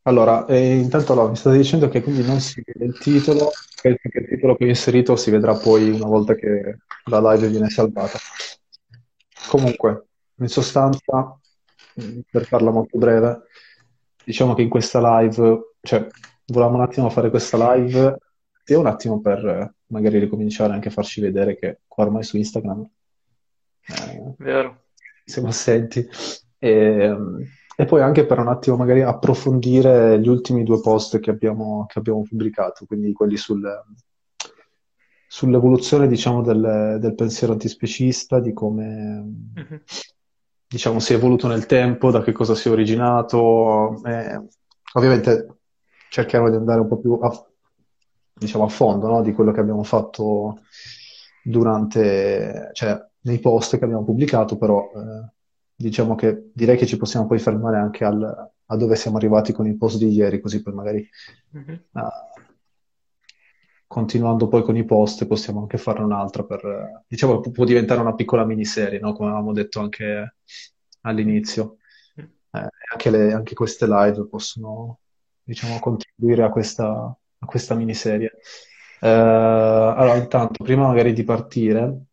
Allora, intanto mi state dicendo che quindi non si vede il titolo, che il titolo che ho inserito si vedrà poi una volta che la live viene salvata. Comunque, in sostanza, per farla molto breve, diciamo che in questa live, cioè, volevamo un attimo fare questa live, sia un attimo per magari ricominciare anche a farci vedere che qua ormai su Instagram eh, Vero? siamo assenti, e, e poi anche per un attimo magari approfondire gli ultimi due post che abbiamo pubblicato, quindi quelli sull'evoluzione, diciamo, del pensiero antispecista, di come, Mhm. diciamo, si è evoluto nel tempo, da che cosa si è originato. Ovviamente cerchiamo di andare un po' più diciamo, a fondo, no, di quello che abbiamo fatto durante, cioè, nei post che abbiamo pubblicato, però diciamo che direi che ci possiamo poi fermare anche a dove siamo arrivati con il post di ieri, così poi magari Mhm. continuando poi con i post, possiamo anche farne un'altra per, diciamo, può diventare una piccola miniserie, no? Come avevamo detto anche all'inizio. Mhm. Anche queste live possono, diciamo, contribuire a questa miniserie. Allora, intanto, prima magari di partire,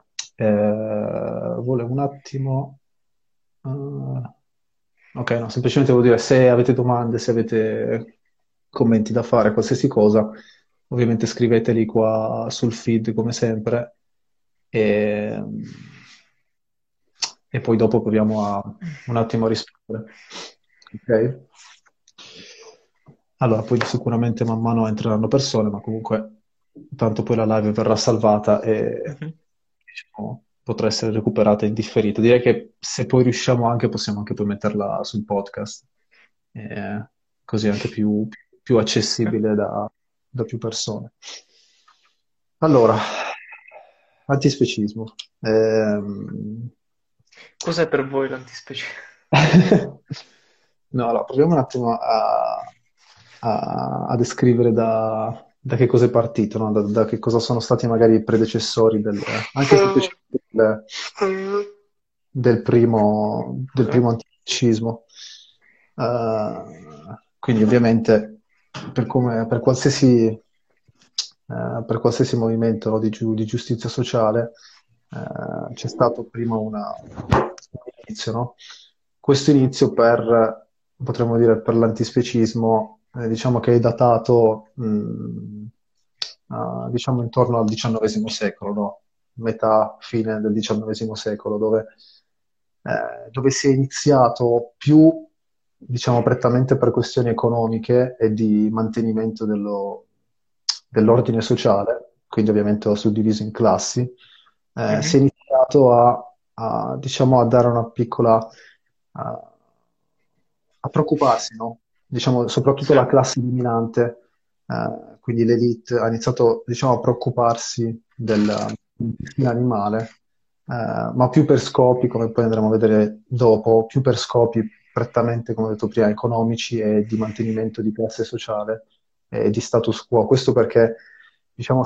volevo un attimo... ok, no, semplicemente volevo dire se avete domande, se avete commenti da fare, qualsiasi cosa, ovviamente scriveteli qua sul feed come sempre e, e poi dopo proviamo a un attimo a rispondere. Ok? Allora, poi sicuramente man mano entreranno persone, ma comunque tanto poi la live verrà salvata e Mhm. diciamo, potrà essere recuperata in differita. Direi che se poi riusciamo anche, possiamo anche poi metterla sul podcast, eh, così è anche più Ok. accessibile da più persone. Allora, antispecismo. Cos'è per voi l'antispecie? No, allora, proviamo un attimo a descrivere da che cosa è partito, no? Da che cosa sono stati magari i predecessori anche semplicemente del Ok. primo antifascismo. Quindi ovviamente per qualsiasi movimento, no, di giustizia sociale c'è stato prima un inizio, no? Questo inizio potremmo dire, per l'antispecismo, diciamo che è datato, diciamo, intorno al XIX secolo, no? Metà, fine del XIX secolo, dove si è iniziato più, diciamo, prettamente per questioni economiche e di mantenimento dell'ordine sociale, quindi ovviamente suddiviso in classi, si è Mhm. iniziato diciamo, a dare una piccola, a preoccuparsi, no? Diciamo, soprattutto Sì. la classe dominante, quindi l'elite, ha iniziato, diciamo, a preoccuparsi dell'intestino animale, ma più per scopi, come poi andremo a vedere dopo, più per scopi prettamente, come ho detto prima, economici e di mantenimento di classe sociale e di status quo. Questo perché, diciamo,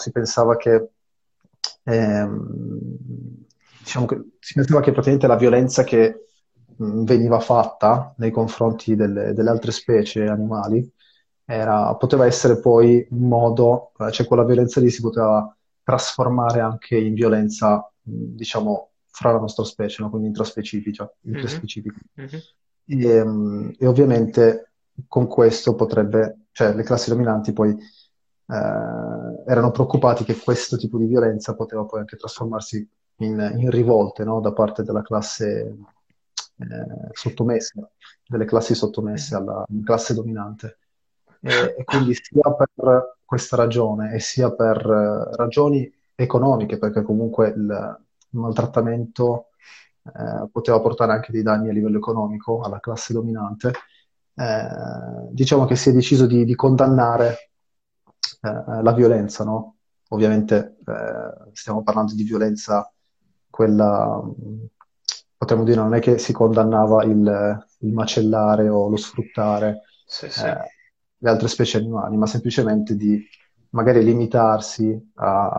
si pensava che praticamente la violenza che veniva fatta nei confronti delle altre specie animali poteva essere poi un modo, cioè quella violenza lì si poteva trasformare anche in violenza, diciamo, fra la nostra specie, no? Quindi Mhm. intraspecifica. Mhm. E ovviamente con questo cioè le classi dominanti poi erano preoccupati che questo tipo di violenza poteva poi anche trasformarsi in rivolte, no? Da parte della classe sottomessa, delle classi sottomesse Mhm. alla classe dominante. E quindi sia per questa ragione e sia per ragioni economiche, perché comunque il maltrattamento poteva portare anche dei danni a livello economico alla classe dominante, diciamo che si è deciso di condannare la violenza, no? Ovviamente stiamo parlando di violenza, quella, potremmo dire, non è che si condannava il macellare o lo sfruttare Sì, sì. eh, le altre specie animali, ma semplicemente di magari limitarsi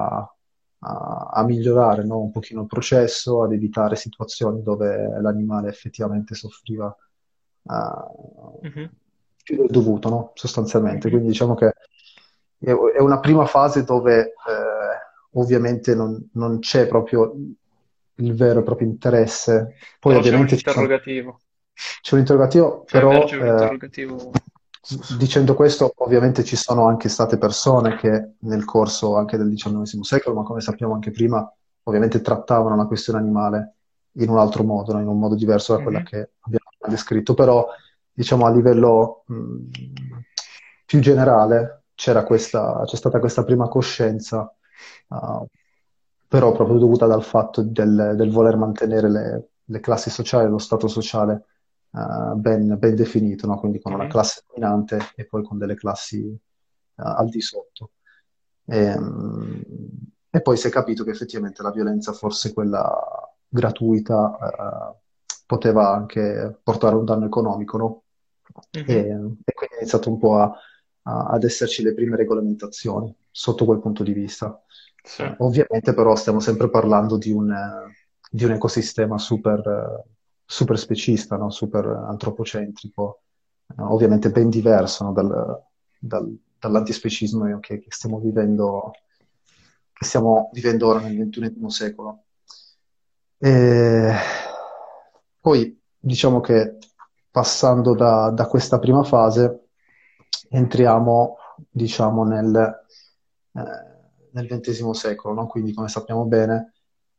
a migliorare, no, un pochino il processo, ad evitare situazioni dove l'animale effettivamente soffriva, Mhm. più del dovuto, no? Sostanzialmente. Mhm. Quindi diciamo che è una prima fase dove ovviamente non c'è proprio il vero e proprio interesse. Poi Però c'è un ovviamente interrogativo, c'è un interrogativo, cioè emerge però un interrogativo su dicendo questo, ovviamente ci sono anche state persone che nel corso anche del XIX secolo, ma come sappiamo anche prima, ovviamente trattavano la questione animale in un altro modo, no? In un modo diverso da quella Mhm. che abbiamo descritto, però diciamo a livello più generale c'è stata questa prima coscienza, uh, però proprio dovuta dal fatto del voler mantenere le classi sociali, lo stato sociale ben definito, no? Quindi con una Mhm. classe dominante e poi con delle classi al di sotto. E poi si è capito che effettivamente la violenza, forse quella gratuita, poteva anche portare a un danno economico, no? Mhm. E quindi è iniziato un po' ad esserci le prime regolamentazioni sotto quel punto di vista. Sì. Ovviamente però stiamo sempre parlando di un ecosistema super specista, no? Super antropocentrico, ovviamente ben diverso, no? Dall'antispecismo che stiamo vivendo ora nel XXI secolo. E poi diciamo che passando da questa prima fase entriamo, diciamo, nel XX secolo, no? Quindi, come sappiamo bene,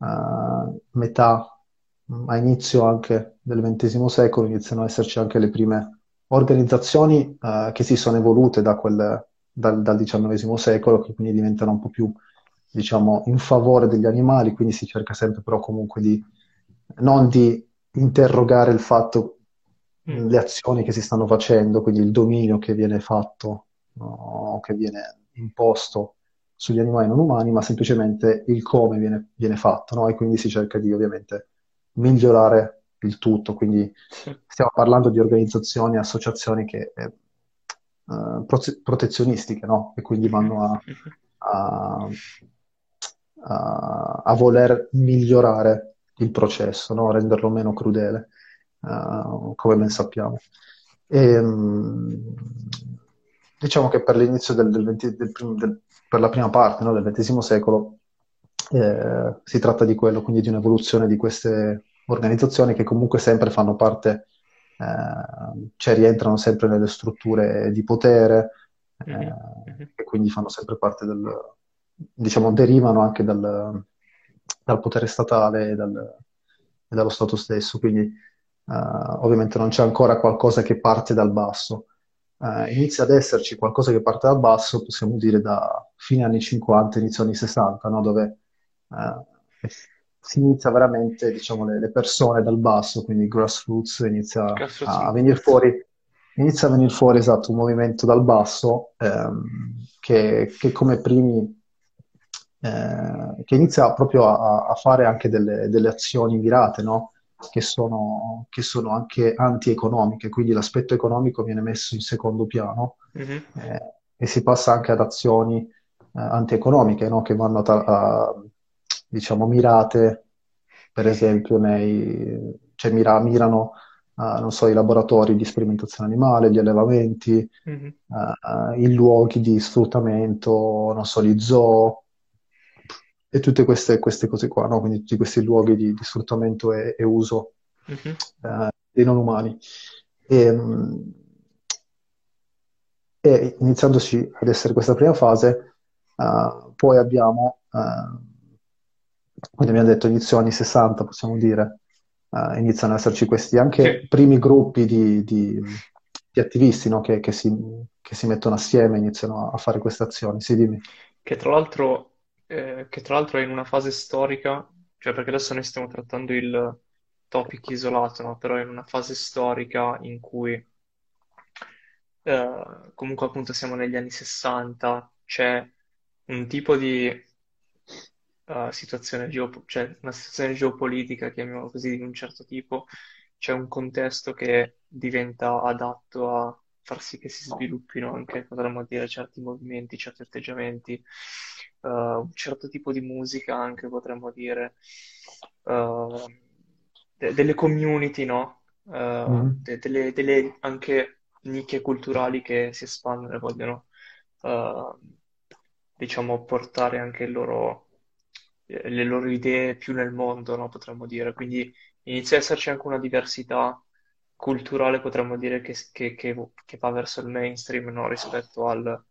a inizio anche del XX secolo iniziano ad esserci anche le prime organizzazioni, che si sono evolute dal XIX secolo, che quindi diventano un po' più, diciamo, in favore degli animali, quindi si cerca sempre però comunque non di interrogare il fatto, Mm. le azioni che si stanno facendo, quindi il dominio che viene fatto, no, che viene imposto sugli animali non umani, ma semplicemente il come viene fatto, no? E quindi si cerca di ovviamente migliorare il tutto. Quindi Sì. stiamo parlando di organizzazioni, associazioni che, protezionistiche, no? E quindi Mhm. vanno Mhm. a, a voler migliorare il processo, no? Renderlo meno crudele, come ben sappiamo. E, diciamo che per l'inizio per la prima parte, no, del XX secolo si tratta di quello, quindi di un'evoluzione di queste organizzazioni che comunque sempre fanno parte, cioè rientrano sempre nelle strutture di potere, Mhm. Mhm. e quindi fanno sempre parte diciamo, derivano anche dal potere statale e dallo Stato stesso, quindi ovviamente non c'è ancora qualcosa che parte dal basso. Inizia ad esserci qualcosa che parte dal basso, possiamo dire da fine anni 50, inizio anni 60, no? Dove si inizia veramente, diciamo, le persone dal basso, quindi il grassroots Grassroots inizia a venire fuori, esatto, un movimento dal basso, che come primi, che inizia proprio a fare anche delle azioni mirate, no? Che sono anche anti-economiche, quindi l'aspetto economico viene messo in secondo piano, Mhm. e si passa anche ad azioni anti-economiche, no? Che vanno diciamo, mirate, per esempio, cioè mirano non so, i laboratori di sperimentazione animale, gli allevamenti, Mhm. i luoghi di sfruttamento, non so, gli zoo e tutte queste cose qua, no? Quindi tutti questi luoghi di sfruttamento e uso Mhm. dei non umani. E, iniziandoci ad essere questa prima fase, poi abbiamo, quindi abbiamo detto inizio anni 60, possiamo dire, iniziano ad esserci questi Che, anche primi gruppi di attivisti, no? Che si mettono assieme e iniziano a fare queste azioni. Sì, dimmi. che tra l'altro è in una fase storica, cioè perché adesso noi stiamo trattando il topic isolato, no? Però è in una fase storica in cui comunque appunto siamo negli anni 60, c'è un tipo di cioè una situazione geopolitica, chiamiamola così, di un certo tipo, c'è un contesto che diventa adatto a far sì che si sviluppino anche, potremmo dire, certi movimenti, certi atteggiamenti, un certo tipo di musica anche, potremmo dire, delle community, no? Mhm. Delle anche nicchie culturali che si espandono e vogliono, eh, diciamo, portare anche le loro idee più nel mondo, no? Potremmo dire. Quindi inizia ad esserci anche una diversità culturale, potremmo dire, che va verso il mainstream, no? Rispetto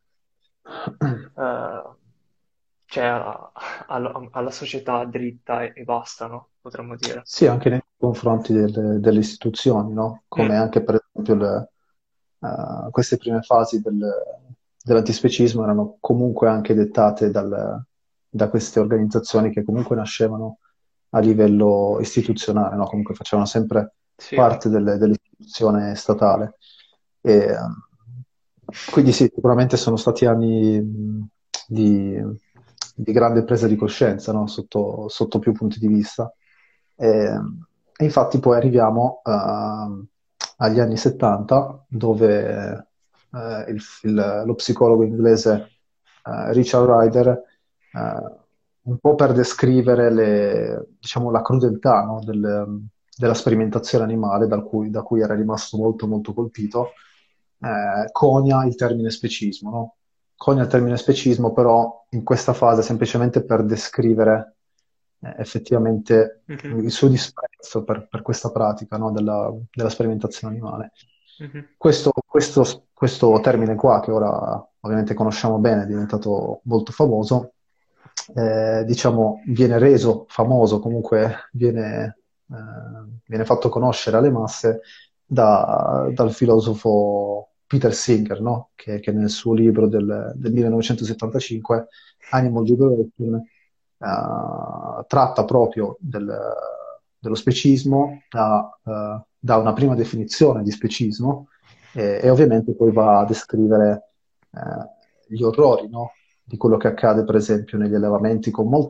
eh, cioè alla società dritta e basta, no? Potremmo dire. Sì, anche nei confronti delle istituzioni, no? Come Mm, anche per esempio queste prime fasi dell'antispecismo erano comunque anche dettate da queste organizzazioni che comunque nascevano a livello istituzionale, no? Comunque facevano sempre sì. parte dell'istituzione statale. E, quindi sì, sicuramente sono stati anni di, di grande presa di coscienza, no? Sotto più punti di vista. E, e infatti poi arriviamo agli anni 70, dove lo psicologo inglese Richard Ryder, un po' per descrivere diciamo, la crudeltà, no, della sperimentazione animale, da cui era rimasto molto molto colpito, conia il termine specismo, no? Conia il termine specismo, però in questa fase semplicemente per descrivere effettivamente Mhm, il suo disprezzo per questa pratica, no, della sperimentazione animale. mhm. Questo termine qua, che ora ovviamente conosciamo bene, è diventato molto famoso, diciamo, viene reso famoso, comunque viene fatto conoscere alle masse dal filosofo Peter Singer, no? Che nel suo libro del 1975, Animal Liberation, tratta proprio dello specismo, dà una prima definizione di specismo e ovviamente poi va a descrivere gli orrori, no? Di quello che accade, per esempio, negli allevamenti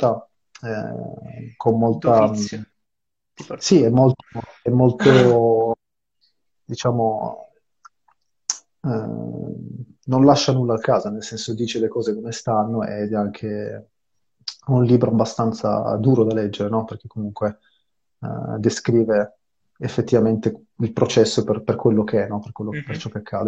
con molta, Dovizia di sì, particolare. è molto, diciamo, non lascia nulla a casa, nel senso dice le cose come stanno ed è anche un libro abbastanza duro da leggere, no? Perché comunque descrive effettivamente il processo per quello che è, no? Per Mhm, ciò che accade.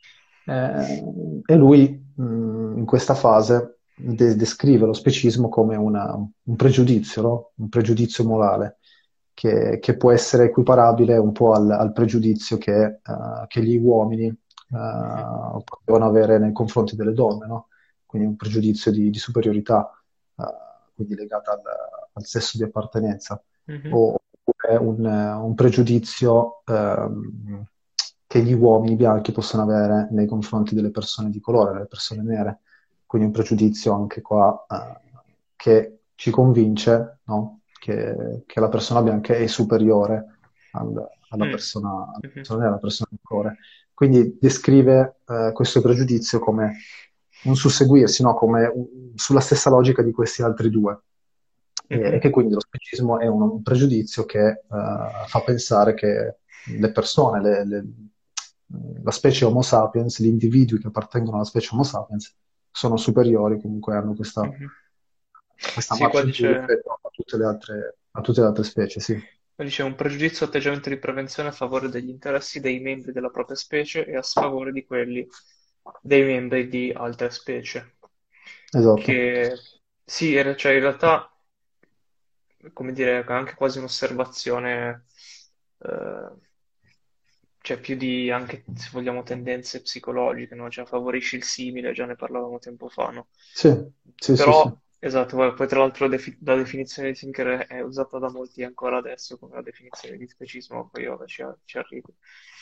E lui, in questa fase, descrive lo specismo come un pregiudizio, no? Un pregiudizio morale, che può essere equiparabile un po' al pregiudizio che gli uomini mhm, potevano avere nei confronti delle donne, no? Quindi un pregiudizio di superiorità, eh, quindi legata al sesso di appartenenza, mhm, oppure un pregiudizio che gli uomini bianchi possono avere nei confronti delle persone di colore, delle persone nere. Quindi un pregiudizio anche qua che ci convince, no? Che la persona bianca è superiore mm, alla mhm, persona nera, alla persona di colore. Quindi descrive questo pregiudizio come un susseguirsi, no? Sulla stessa logica di questi altri due. E mhm, che quindi lo specismo è un pregiudizio che fa pensare che le persone, la specie Homo sapiens, gli individui che appartengono alla specie Homo sapiens, sono superiori, comunque hanno mhm. questa Sì, qua marcia in più dice, rispetto a tutte le altre specie, sì. dice un pregiudizio o atteggiamento di prevenzione a favore degli interessi dei membri della propria specie e a sfavore di quelli dei membri di altre specie. Esatto. Che sì, cioè in realtà, come dire, è anche quasi un'osservazione, eh, cioè più di anche, se vogliamo, tendenze psicologiche, no? Cioè favorisci il simile, già ne parlavamo tempo fa, no? Sì, sì, sì, sì. Però, esatto, poi tra l'altro la definizione di Sinker è usata da molti ancora adesso come la definizione di specismo, poi ora ci arrivo.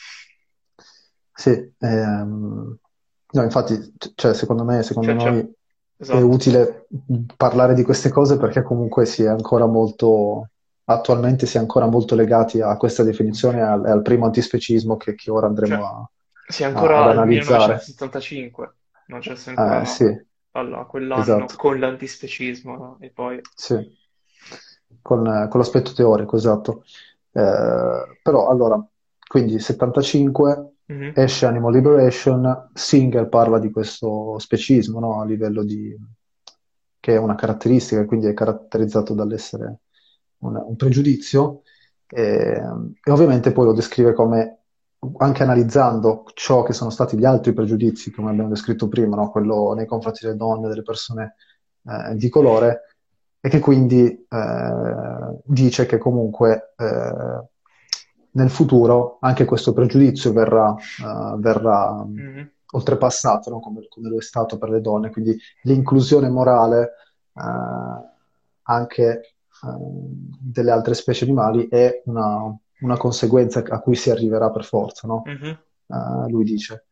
Sì, no, infatti, cioè, secondo Cioè, noi è esatto. utile parlare di queste cose perché comunque attualmente si è ancora molto legati a questa definizione e al primo antispecismo che ora Cioè, andremo si è ad ancora al analizzare. 1975, non c'è ancora Sì, a quell'anno esatto, con l'antispecismo, no? E poi... sì, con l'aspetto teorico, esatto. Però allora, quindi 75 Mhm, esce Animal Liberation, Singer parla di questo specismo, no? A livello che è una caratteristica, e quindi è caratterizzato dall'essere un pregiudizio, e ovviamente poi lo descrive come anche analizzando ciò che sono stati gli altri pregiudizi, come abbiamo descritto prima, no? Quello nei confronti delle donne, delle persone di colore, e che quindi dice che comunque nel futuro anche questo pregiudizio verrà Mhm. oltrepassato, no? Come lo è stato per le donne, quindi l'inclusione morale anche delle altre specie animali è una conseguenza a cui si arriverà per forza, no? Mhm. Lui dice.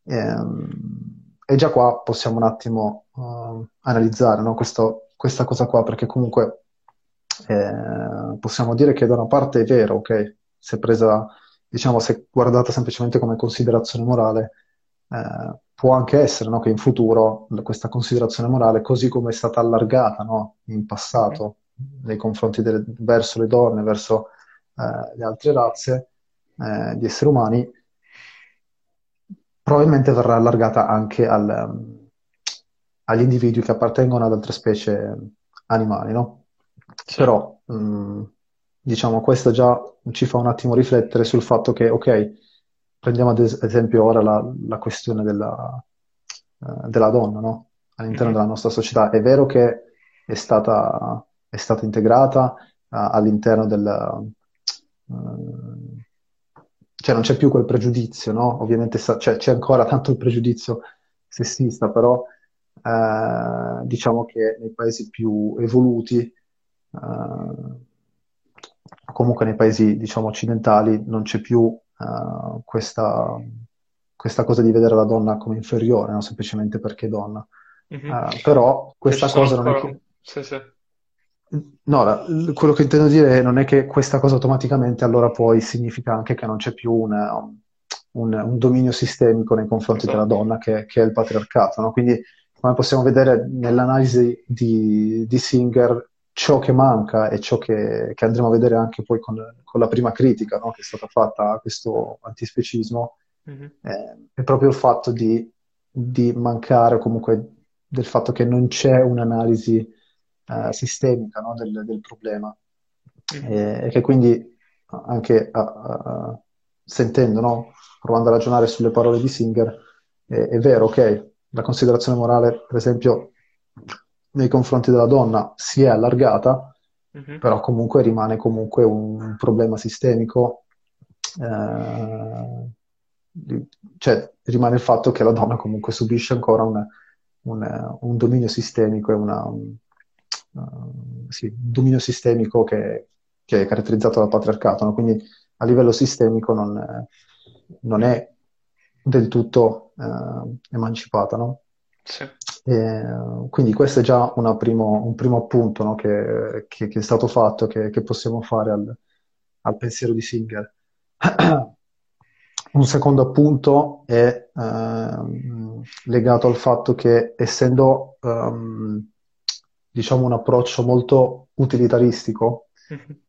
E già qua possiamo un attimo analizzare, no, questa cosa qua, perché comunque possiamo dire che da una parte è vero, ok? Se presa, diciamo, se guardata semplicemente come considerazione morale, può anche essere, no, che in futuro questa considerazione morale, così come è stata allargata, no, in Mhm. passato nei confronti verso le donne, verso le altre razze di esseri umani, probabilmente verrà allargata anche agli individui che appartengono ad altre specie animali, no? Sì. Però, diciamo, questo già ci fa un attimo riflettere sul fatto che, ok, prendiamo ad esempio ora la questione della donna, no? All'interno Mhm. della nostra società. È vero che è stata integrata all'interno cioè non c'è più quel pregiudizio, no? Ovviamente c'è ancora tanto il pregiudizio sessista, però diciamo che nei paesi più evoluti, comunque nei paesi, diciamo, occidentali, non c'è più questa cosa di vedere la donna come inferiore, no? Semplicemente perché è donna. Mhm. Però Cioè ci questa sono cosa non è ancora... che... Sì, sì. No, quello che intendo dire non è che questa cosa automaticamente allora poi significa anche che non c'è più un dominio sistemico nei confronti della Esatto. donna che è il patriarcato, no? Quindi, come possiamo vedere nell'analisi di Singer, ciò che manca e ciò che andremo a vedere anche poi con la prima critica, no, che è stata fatta a questo antispecismo, Mhm. è proprio il fatto di mancare, o comunque del fatto che non c'è un'analisi sistemica, no, del problema. Mhm. E che quindi anche sentendo, no, provando a ragionare sulle parole di Singer, è vero, ok, la considerazione morale, per esempio, nei confronti della donna si è allargata, Mhm. però comunque rimane comunque un problema sistemico, eh, cioè rimane il fatto che la donna comunque subisce ancora un dominio sistemico e sì, un dominio sistemico che è caratterizzato dal patriarcato, no? Quindi a livello sistemico non Mhm. è del tutto emancipata, no? Sì. Quindi questo è già un primo appunto, no, che è stato fatto, che possiamo fare al pensiero di Singer. Un secondo appunto è legato al fatto che essendo diciamo un approccio molto utilitaristico, Mhm.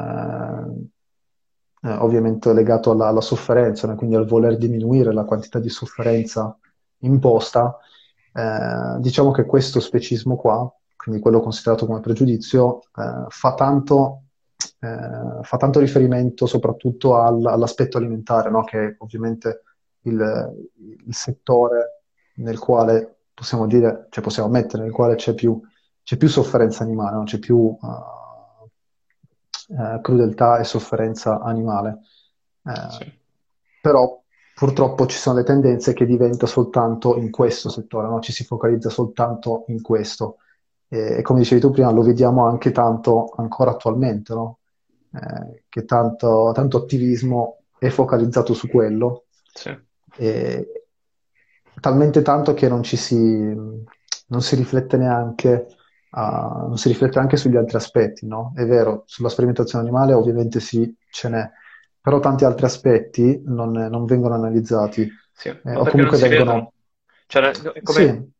ovviamente legato alla sofferenza, no? Quindi al voler diminuire la quantità di sofferenza imposta, diciamo che questo specismo qua, quindi quello considerato come pregiudizio, fa tanto riferimento soprattutto all'aspetto alimentare, no? Che è ovviamente il settore nel quale possiamo dire, cioè possiamo ammettere, nel quale c'è più sofferenza animale, non c'è più crudeltà e sofferenza animale. Sì. Eh, Però purtroppo ci sono le tendenze che diventa soltanto in questo settore, no? Ci si focalizza soltanto in questo. E come dicevi tu prima, lo vediamo anche tanto ancora attualmente, no? Che tanto attivismo è focalizzato su quello, Sì. e talmente tanto che non si riflette neanche, non si riflette anche sugli altri aspetti, no? È vero, sulla sperimentazione animale ovviamente sì, ce n'è, però tanti altri aspetti non vengono analizzati, Sì. Ma o perché non comunque si vedono? vengono... Cioè, no, è Sì, come...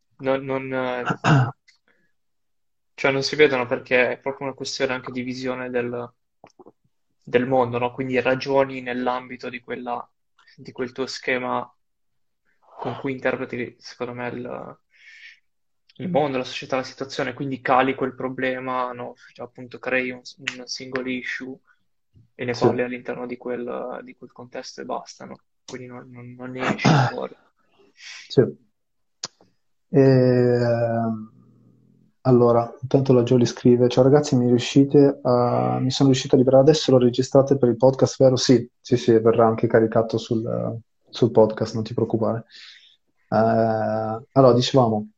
cioè, non si vedono perché è proprio una questione anche di visione del mondo, no? Quindi ragioni nell'ambito di quel tuo schema con cui interpreti, secondo me, il mondo, la società, la situazione, quindi cali quel problema, no? Cioè, appunto crei un single issue e ne sì. parli all'interno di quel contesto e basta, no? quindi non ne esci fuori. Sì. Allora, intanto la Jolie scrive: Ciao ragazzi, mi sono riuscito a liberare adesso, lo registrate per il podcast, vero? Sì, sì, sì, verrà anche caricato sul podcast, non ti preoccupare. Allora, dicevamo,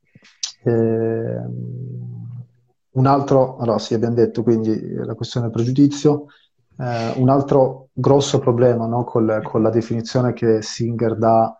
un altro, allora sì, abbiamo detto quindi la questione del pregiudizio. Un altro grosso problema, no, con la definizione che Singer dà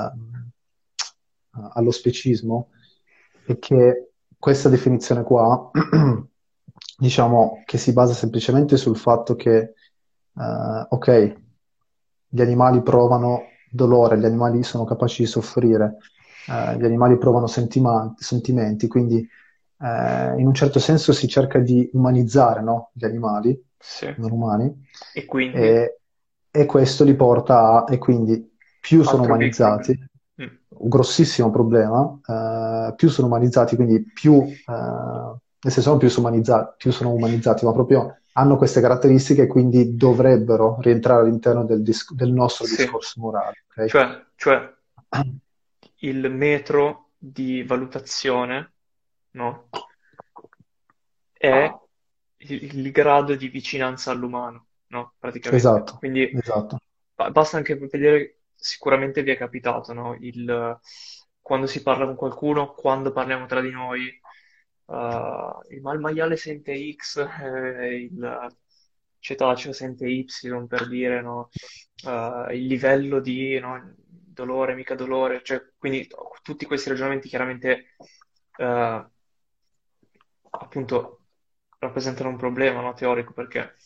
allo specismo è che questa definizione qua, diciamo che si basa semplicemente sul fatto che, ok, gli animali provano dolore, gli animali sono capaci di soffrire, gli animali provano sentimenti, quindi in un certo senso si cerca di umanizzare, no, gli animali Sì. non umani, E quindi, e, e questo li porta a, e quindi più sono altro big umanizzati, problem. Mm. un grossissimo problema, più sono umanizzati, quindi nel senso non più sono umanizzati, ma proprio hanno queste caratteristiche e quindi dovrebbero rientrare all'interno del nostro Sì, discorso morale, ok? cioè il metro di valutazione, no? È il grado di vicinanza all'umano, no? Praticamente. Esatto, Quindi esatto. basta anche vedere, sicuramente vi è capitato, no? Quando si parla con qualcuno, quando parliamo tra di noi, il maiale sente X, il cetaceo sente Y per dire, no? Il livello di, no, dolore, mica dolore, cioè, quindi tutti questi ragionamenti chiaramente eh, appunto rappresentano un problema, no, teorico perché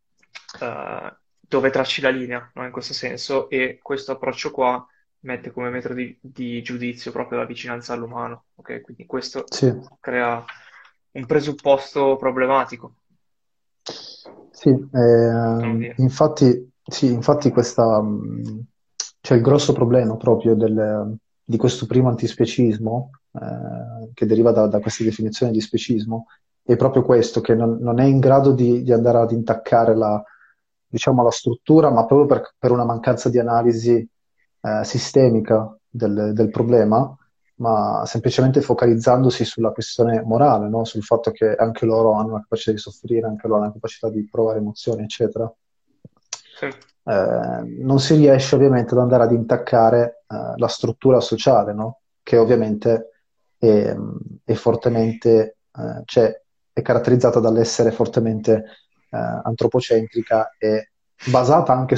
dove tracci la linea, no, in questo senso, e questo approccio qua mette come metro di giudizio proprio la vicinanza all'umano, ok? Quindi questo Sì. crea un presupposto problematico, Sì, possiamo dire. infatti c'è il grosso problema proprio di questo primo antispecismo, che deriva da questa definizione di specismo, è proprio questo, che non è in grado di andare ad intaccare diciamo, la struttura, ma proprio per una mancanza di analisi, sistemica del problema, ma semplicemente focalizzandosi sulla questione morale, no? Sul fatto che anche loro hanno la capacità di soffrire, anche loro hanno la capacità di provare emozioni, eccetera. Sì. Non si riesce ovviamente ad andare ad intaccare la struttura sociale, no? Che ovviamente è, è fortemente, cioè, è caratterizzata dall'essere fortemente antropocentrica e basata anche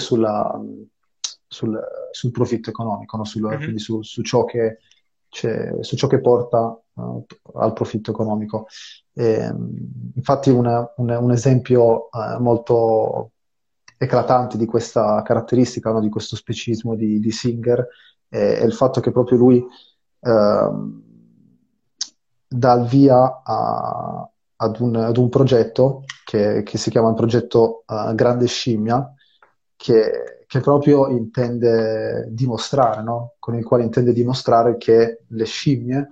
sul profitto economico, no? Quindi Mhm. su ciò su ciò che porta al profitto economico. Infatti un esempio molto eclatante di questa caratteristica, no, di questo specismo di Singer è il fatto che proprio lui ehm, dà il via ad un progetto che si chiama il progetto Grande Scimmia, che proprio intende dimostrare, no? Con il quale intende dimostrare che le scimmie,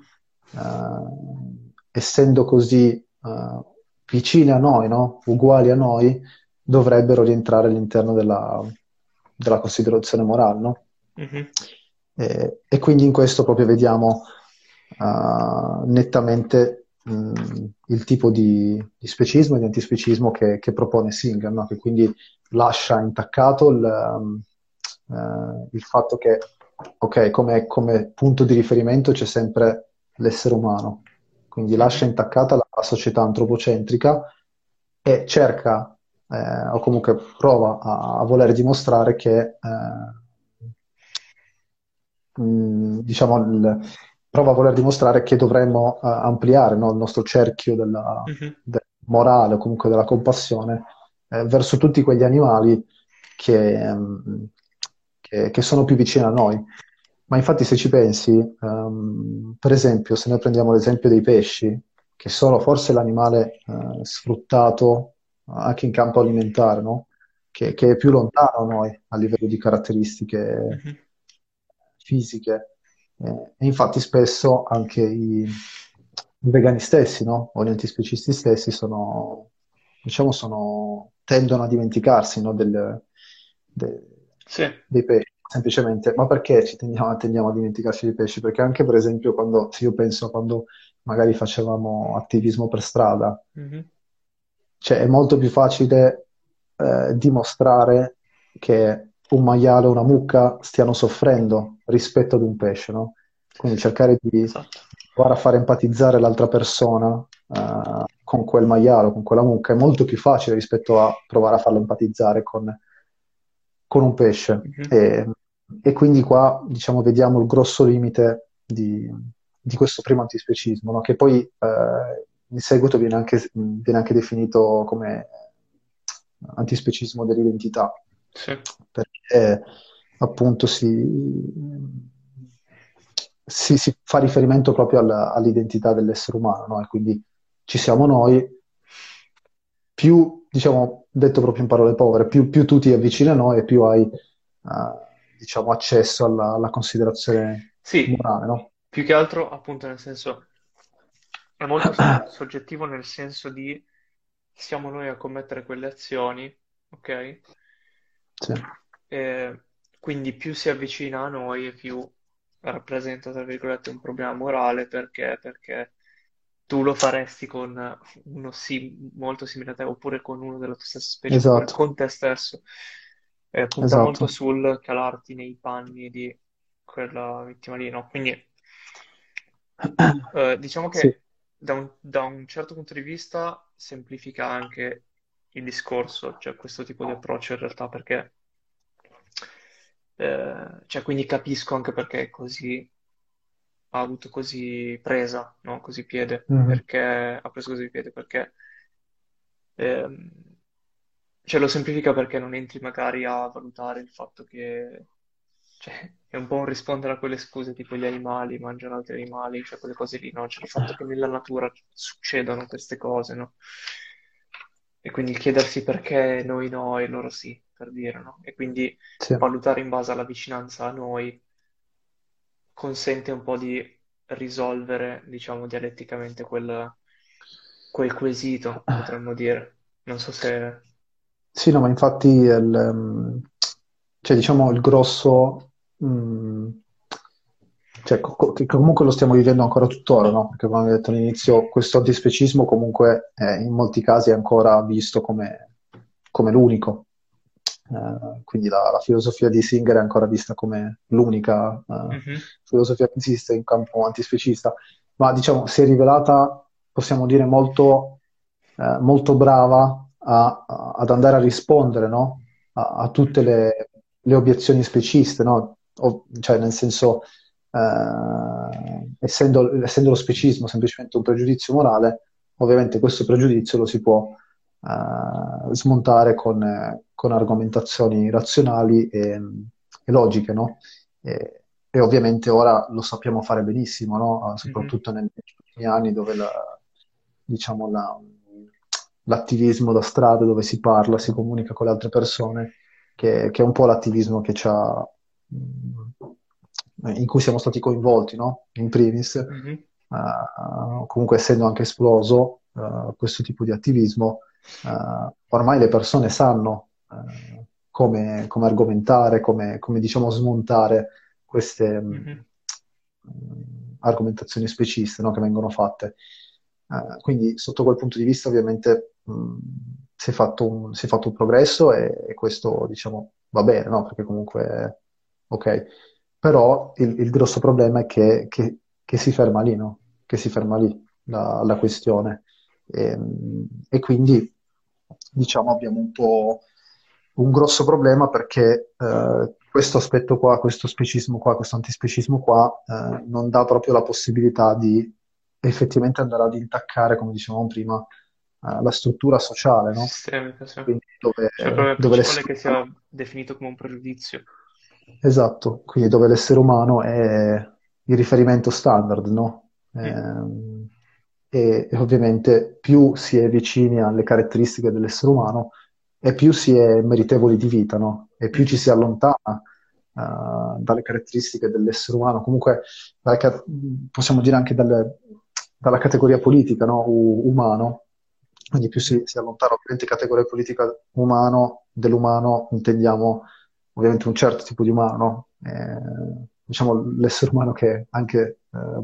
essendo così vicine a noi, no? Uguali a noi, dovrebbero rientrare all'interno della considerazione morale, no? Mhm. E quindi in questo proprio vediamo nettamente il tipo di specismo e di antispecismo che propone Singer, no? Che quindi lascia intaccato il fatto che, ok, come punto di riferimento c'è sempre l'essere umano, quindi lascia Mhm. intaccata la società antropocentrica e cerca, o comunque prova a voler dimostrare che, diciamo, prova a voler dimostrare che dovremmo ampliare, no, il nostro cerchio Mhm. del morale o comunque della compassione verso tutti quegli animali che sono più vicini a noi. Ma infatti se ci pensi, per esempio, se noi prendiamo l'esempio dei pesci, che sono forse l'animale sfruttato anche in campo alimentare, no? Che è più lontano a noi a livello di caratteristiche Mhm. fisiche. E infatti spesso anche i vegani stessi, no? O gli antispecisti stessi tendono a dimenticarsi, no? De- Sì. dei pesci. semplicemente, ma perché tendiamo a dimenticarci dei pesci? Perché anche per esempio quando, se io penso a quando magari facevamo attivismo per strada, Mhm. cioè, è molto più facile dimostrare che un maiale o una mucca stiano soffrendo rispetto ad un pesce, no? Quindi cercare di Esatto. provare a far empatizzare l'altra persona con quel maiale o con quella mucca è molto più facile rispetto a provare a farla empatizzare con un pesce. Mhm. E quindi qua, diciamo, vediamo il grosso limite di questo primo antispecismo, no? Che poi in seguito viene anche definito come antispecismo dell'identità, Sì. perché appunto si fa riferimento proprio all'identità dell'essere umano, no? E quindi ci siamo noi, più, diciamo, detto proprio in parole povere, più tu ti avvicini a noi e più hai, diciamo, accesso alla considerazione Sì, morale, no? più che altro, appunto, nel senso, è molto soggettivo nel senso di siamo noi a commettere quelle azioni, ok? Sì, E quindi più si avvicina a noi e più rappresenta, tra virgolette, un problema morale perché tu lo faresti con uno molto simile a te oppure con uno della tua stessa specie oppure esatto, con te stesso. Punta molto esatto. sul calarti nei panni di quella vittima lì, no? Quindi diciamo Sì. che da un certo punto di vista semplifica anche il discorso, cioè questo tipo di approccio in realtà, perché cioè, quindi capisco anche perché così ha avuto così presa, no? Così piede, Mhm. perché ha preso così piede, perché ehm, cioè lo semplifica perché non entri magari a valutare il fatto che cioè, è un po' un rispondere a quelle scuse tipo gli animali mangiano altri animali, cioè quelle cose lì, no? Cioè il fatto che nella natura succedono queste cose, no? E quindi chiedersi perché noi no e loro sì, per dire, no? E quindi Sì. valutare in base alla vicinanza a noi consente un po' di risolvere, diciamo, dialetticamente quel quesito, potremmo dire. Non so se... Sì, no, ma infatti cioè, diciamo il grosso, cioè, che comunque lo stiamo vivendo ancora tuttora, no? Perché come abbiamo detto all'inizio, questo antispecismo comunque in molti casi è ancora visto come l'unico. Quindi la filosofia di Singer è ancora vista come l'unica Mhm. filosofia che esiste in campo antispecista, ma diciamo si è rivelata, possiamo dire, molto brava ad andare a rispondere, no? A tutte Mhm. le obiezioni speciste, no? Cioè, nel senso, essendo lo specismo semplicemente un pregiudizio morale, ovviamente questo pregiudizio lo si può smontare con argomentazioni razionali e logiche, no? E ovviamente ora lo sappiamo fare benissimo, no? Mhm. Soprattutto negli ultimi anni dove diciamo, l'attivismo da strada, dove si parla, si comunica con le altre persone, che è un po' l'attivismo in cui siamo stati coinvolti, no? In primis. Mhm. Comunque essendo anche esploso questo tipo di attivismo, ormai le persone sanno come argomentare, come, diciamo smontare queste Mhm. argomentazioni speciste, no, che vengono fatte. Quindi sotto quel punto di vista ovviamente si è fatto un progresso e questo diciamo va bene, no? Perché comunque ok. Però il grosso problema è che si ferma lì, no? Che si ferma lì la questione. E quindi diciamo abbiamo un po' un grosso problema perché questo aspetto qua, questo specismo qua, questo antispecismo qua non dà proprio la possibilità di effettivamente andare ad intaccare, come dicevamo prima, la struttura sociale, no? Sistemica, sì. Quindi dove, Cioè il problema dove principale è l'essere che sia umano, definito come un pregiudizio. esatto, quindi dove l'essere umano è il riferimento standard, no? Mm. E ovviamente più si è vicini alle caratteristiche dell'essere umano e più si è meritevoli di vita, no? E più ci Mhm. si allontana dalle caratteristiche dell'essere umano, comunque possiamo dire anche dalla categoria politica, no? Umano, quindi più Mhm. si allontana ovviamente categoria politica umano, dell'umano intendiamo ovviamente un certo tipo di umano, no? Diciamo l'essere umano che anche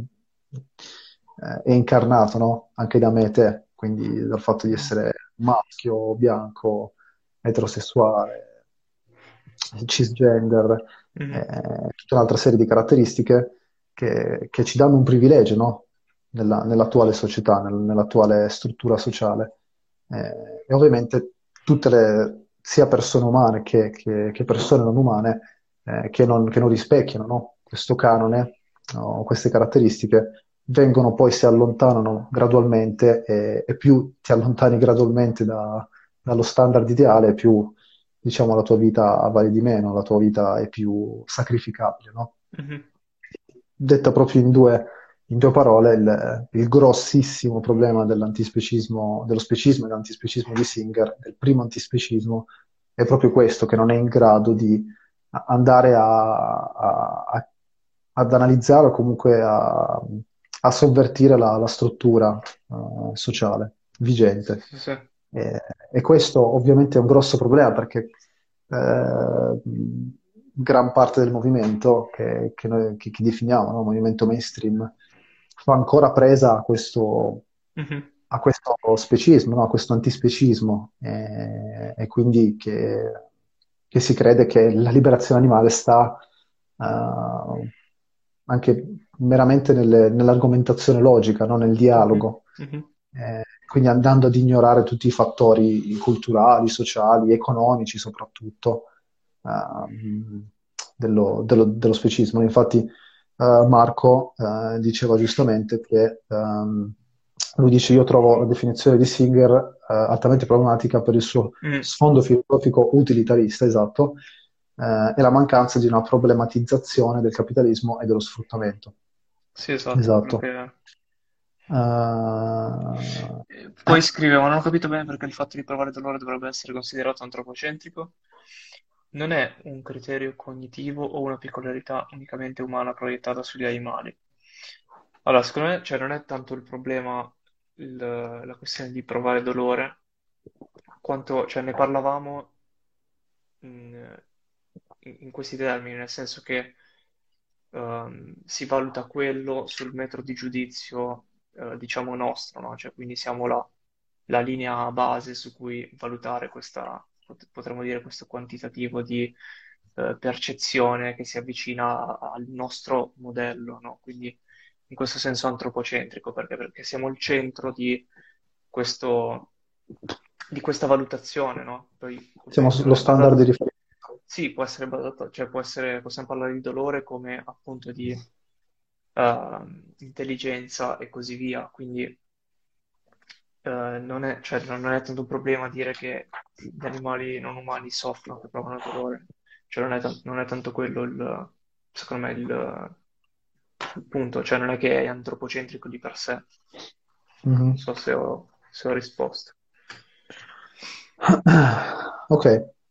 è incarnato, no? Anche da me e te, quindi dal fatto di Mhm. essere maschio, bianco, eterosessuale, cisgender, Mhm. tutta un'altra serie di caratteristiche che ci danno un privilegio, no? Nell'attuale società, nell'attuale struttura sociale. E ovviamente tutte le, sia persone umane che persone non umane, che non rispecchiano, no? Questo canone, no? Queste caratteristiche, vengono poi, si allontanano gradualmente e più ti allontani gradualmente dallo standard ideale, più diciamo la tua vita vale di meno, la tua vita è più sacrificabile, no? Mhm. Detta proprio in due parole, il grossissimo problema dell'antispecismo, dello specismo e dell'antispecismo di Singer, del primo antispecismo, è proprio questo, che non è in grado di andare ad analizzare o comunque a sovvertire la struttura sociale vigente. Sì, sì. E questo ovviamente è un grosso problema perché eh, gran parte del movimento che noi che definiamo, no? Movimento mainstream, fa ancora presa Mhm. a questo specismo, no? A questo antispecismo, e quindi che si crede che la liberazione animale sta anche meramente nell'argomentazione logica, no? Nel Mhm. dialogo. Mhm. Quindi andando ad ignorare tutti i fattori culturali, sociali, economici soprattutto, dello specismo. Infatti, Marco diceva giustamente che lui dice: Io trovo la definizione di Singer altamente problematica per il suo Mm. sfondo filosofico utilitarista, esatto, e la mancanza di una problematizzazione del capitalismo e dello sfruttamento. Sì, esatto, quello Esatto. che... Eh, Poi scrive, ma non ho capito bene perché il fatto di provare dolore dovrebbe essere considerato antropocentrico. Non è un criterio cognitivo o una peculiarità unicamente umana proiettata sugli animali. Allora, secondo me, cioè, non è tanto il problema la questione di provare dolore, quanto, cioè, ne parlavamo in questi termini, nel senso che si valuta quello sul metro di giudizio, diciamo, nostro, no? Cioè, quindi siamo la linea base su cui valutare questa, potremmo dire, questo quantitativo di percezione che si avvicina al nostro modello, no? Quindi in questo senso antropocentrico, perché siamo il centro questo, di questa valutazione, no? Poi siamo ovviamente non sullo è standard di basato... riferimento. Sì, può essere basato, cioè può essere, possiamo parlare di dolore come appunto di intelligenza e così via, quindi non è, cioè, non è tanto un problema dire che gli animali non umani soffrono, che provano dolore, cioè non è tanto quello secondo me il punto, cioè non è che è antropocentrico di per sé, non Mhm. so se ho risposto. Ok.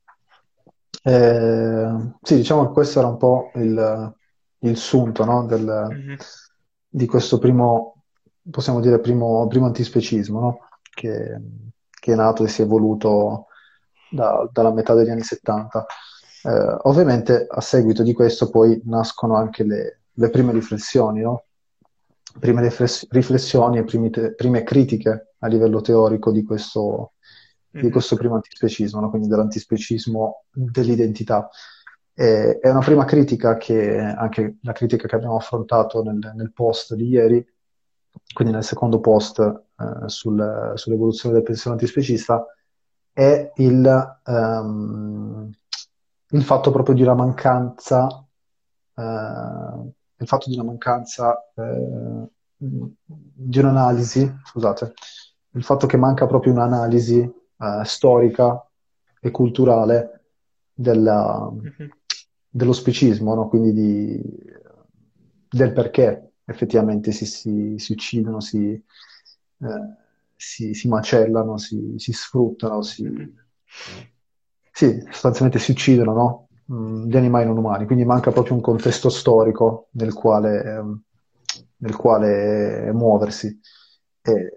Sì, diciamo che questo era un po' il sunto, no, Mhm. di questo primo, possiamo dire, primo antispecismo, no? Che è nato e si è evoluto dalla metà degli anni 70. Ovviamente a seguito di questo poi nascono anche le prime riflessioni, no? Prime riflessioni e prime critiche a livello teorico di Mhm. questo primo antispecismo, no? Quindi dell'antispecismo dell'identità. È una prima critica che, anche la critica che abbiamo affrontato nel post di ieri, quindi nel secondo post sull'evoluzione del pensiero antispecista, è il fatto proprio di una mancanza, il fatto di una mancanza di un'analisi, scusate, il fatto che manca proprio un'analisi storica e culturale Mhm. dello specismo, no? Quindi del perché effettivamente si uccidono, si macellano, si sfruttano, Mhm. sì, sostanzialmente si uccidono, no? Gli animali non umani, quindi manca proprio un contesto storico nel quale muoversi. E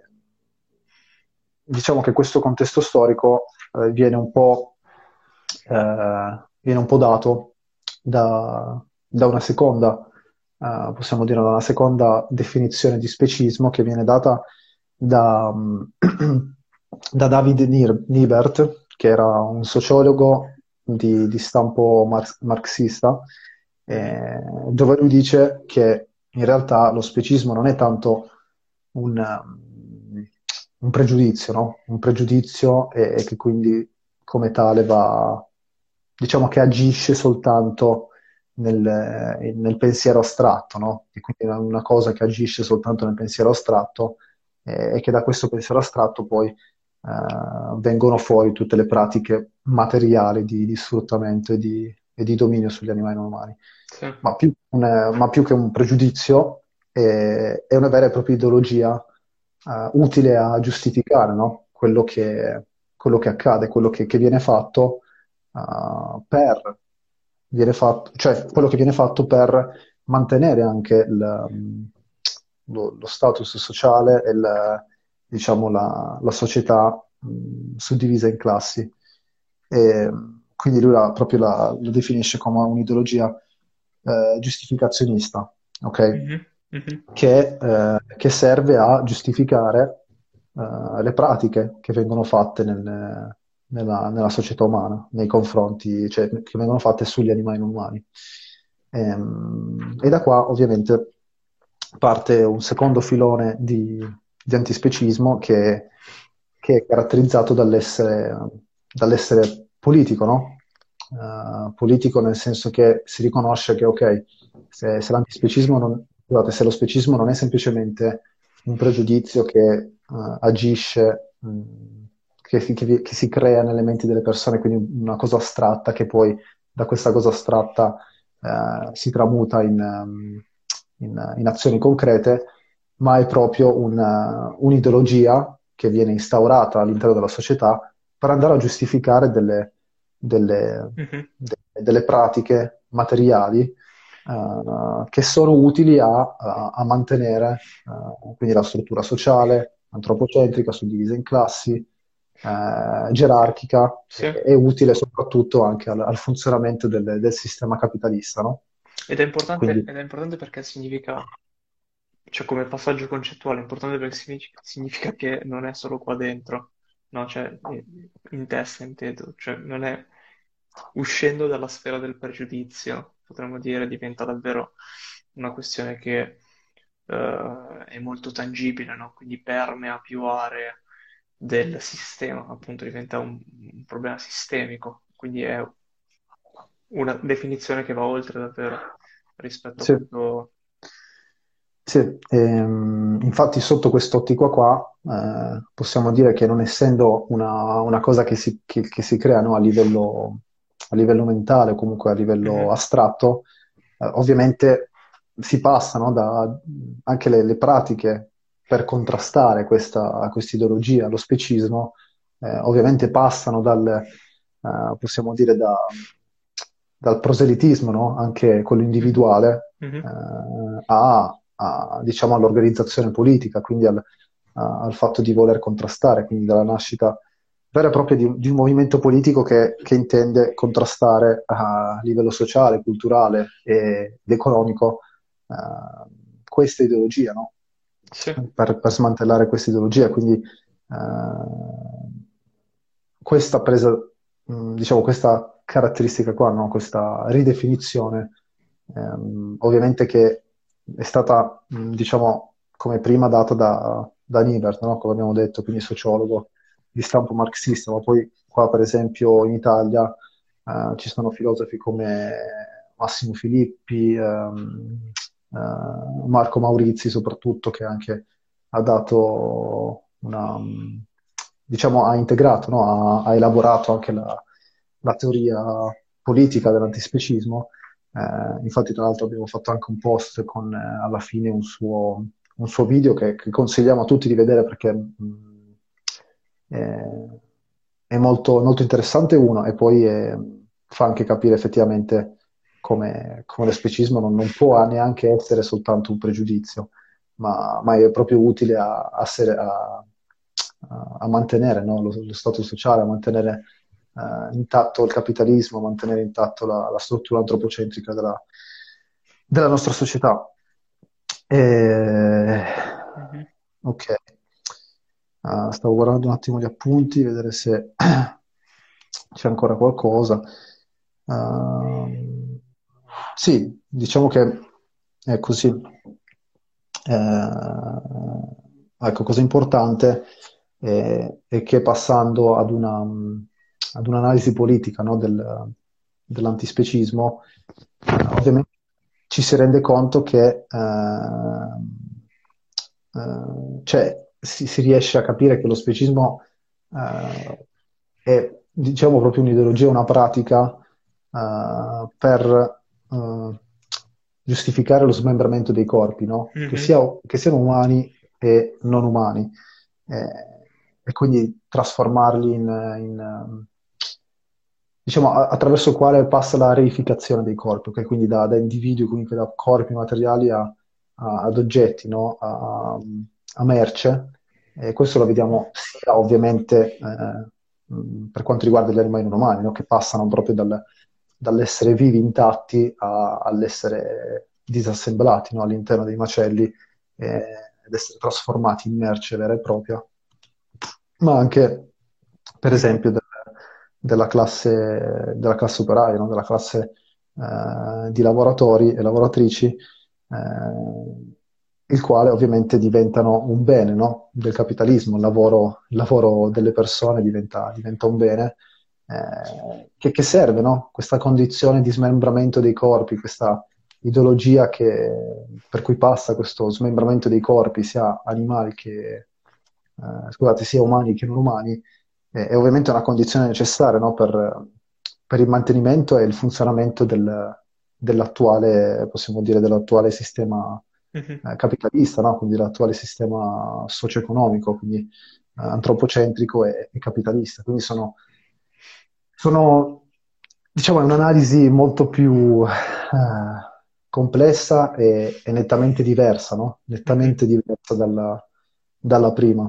diciamo che questo contesto storico viene un po' viene un po' dato da una seconda, possiamo dire, da una seconda definizione di specismo che viene data da, da David Nibert, che era un sociologo di stampo marxista, Mhm. dove lui dice che in realtà lo specismo non è tanto un pregiudizio, no? Un pregiudizio e che quindi come tale va, diciamo che agisce soltanto nel pensiero astratto, no? E quindi è una cosa che agisce soltanto nel pensiero astratto e che da questo pensiero astratto poi vengono fuori tutte le pratiche materiali di sfruttamento e di dominio sugli animali non umani. Sì. Ma più che un pregiudizio è una vera e propria ideologia utile a giustificare, no? Quello che accade, che viene fatto cioè quello che viene fatto per mantenere anche lo status sociale e diciamo, la società suddivisa in classi. E, quindi lui lo definisce come un'ideologia giustificazionista, ok? Mhm. Mhm. Che serve a giustificare le pratiche che vengono fatte nella società umana, nei confronti, cioè che vengono fatte sugli animali non umani. E da qua ovviamente parte un secondo filone di antispecismo che è caratterizzato dall'essere politico, no? Politico nel senso che si riconosce che, ok, se l'antispecismo non, scusate, se lo specismo non è semplicemente un pregiudizio che agisce, che si crea nelle menti delle persone, quindi una cosa astratta che poi da questa cosa astratta si tramuta in azioni concrete, ma è proprio un'ideologia che viene instaurata all'interno della società per andare a giustificare delle, Mhm. delle pratiche materiali che sono utili a mantenere quindi la struttura sociale, antropocentrica, suddivisa in classi, gerarchica, Sì. e utile soprattutto anche al funzionamento del sistema capitalista, no? Quindi, Ed è importante perché significa, cioè come passaggio concettuale, è importante perché significa che non è solo qua dentro, no? Cioè in testa intendo, cioè non è uscendo dalla sfera del pregiudizio, potremmo dire, diventa davvero una questione che è molto tangibile, no? Quindi permea più aree del sistema, appunto diventa un problema sistemico, quindi è una definizione che va oltre davvero rispetto a sì. questo. Sì, infatti sotto quest'ottica qua possiamo dire che non essendo una cosa che si crea, no, a livello mentale o comunque a livello Mhm. astratto, ovviamente si passano da anche le pratiche per contrastare questa ideologia, lo specismo, ovviamente passano possiamo dire, dal proselitismo, no? Anche quello Mhm. individuale, Mhm. diciamo, all'organizzazione politica, quindi al fatto di voler contrastare, quindi dalla nascita vera e propria di un movimento politico che intende contrastare a livello sociale, culturale ed economico questa ideologia, no? Sì. Per smantellare questa ideologia. Quindi questa presa, diciamo, questa caratteristica qua, no? Questa ridefinizione, ovviamente che è stata, diciamo, come prima data da Nibert, no? Come abbiamo detto, quindi sociologo di stampo marxista, ma poi qua, per esempio, in Italia ci sono filosofi come Massimo Filippi, Marco Maurizi soprattutto, che anche ha dato diciamo, ha integrato, no? Ha elaborato anche la teoria politica dell'antispecismo. Infatti, tra l'altro, abbiamo fatto anche un post con alla fine un suo video che consigliamo a tutti di vedere perché è, è molto interessante uno e poi fa anche capire effettivamente come lo specismo non può neanche essere soltanto un pregiudizio, ma è proprio utile a mantenere, no, lo stato sociale, a mantenere intatto il capitalismo, mantenere intatto la struttura antropocentrica della nostra società. E- Mhm. Ok. Stavo guardando un attimo gli appunti, vedere se c'è ancora qualcosa. Sì, diciamo che è così. Ecco, cosa importante è che passando ad un'analisi politica, no, dell'antispecismo, ovviamente ci si rende conto che cioè, si riesce a capire che lo specismo è, diciamo, proprio un'ideologia, una pratica per giustificare lo smembramento dei corpi, no? Mhm. Che siano umani e non umani, e quindi trasformarli diciamo, attraverso il quale passa la reificazione dei corpi, ok? Quindi da individui, comunque da corpi materiali ad oggetti, no? A merce. E questo lo vediamo sia ovviamente per quanto riguarda gli animali non umani, no? Che passano proprio dall'essere vivi intatti all'essere disassemblati, no? All'interno dei macelli ed essere trasformati in merce vera e propria, ma anche, per Mhm. esempio, della classe operaia, no? Della classe di lavoratori e lavoratrici, il quale ovviamente diventano un bene, no? Del capitalismo, il lavoro delle persone diventa un bene che serve, no? Questa condizione di smembramento dei corpi, questa ideologia per cui passa questo smembramento dei corpi, sia animali scusate, sia umani che non umani, è ovviamente una condizione necessaria, no, per il mantenimento e il funzionamento dell'attuale, possiamo dire, dell'attuale sistema Mhm. capitalista, no? Quindi l'attuale sistema socio-economico, quindi antropocentrico e capitalista. Quindi diciamo, è un'analisi molto più complessa e nettamente diversa, no? Mhm. Nettamente diversa dalla prima.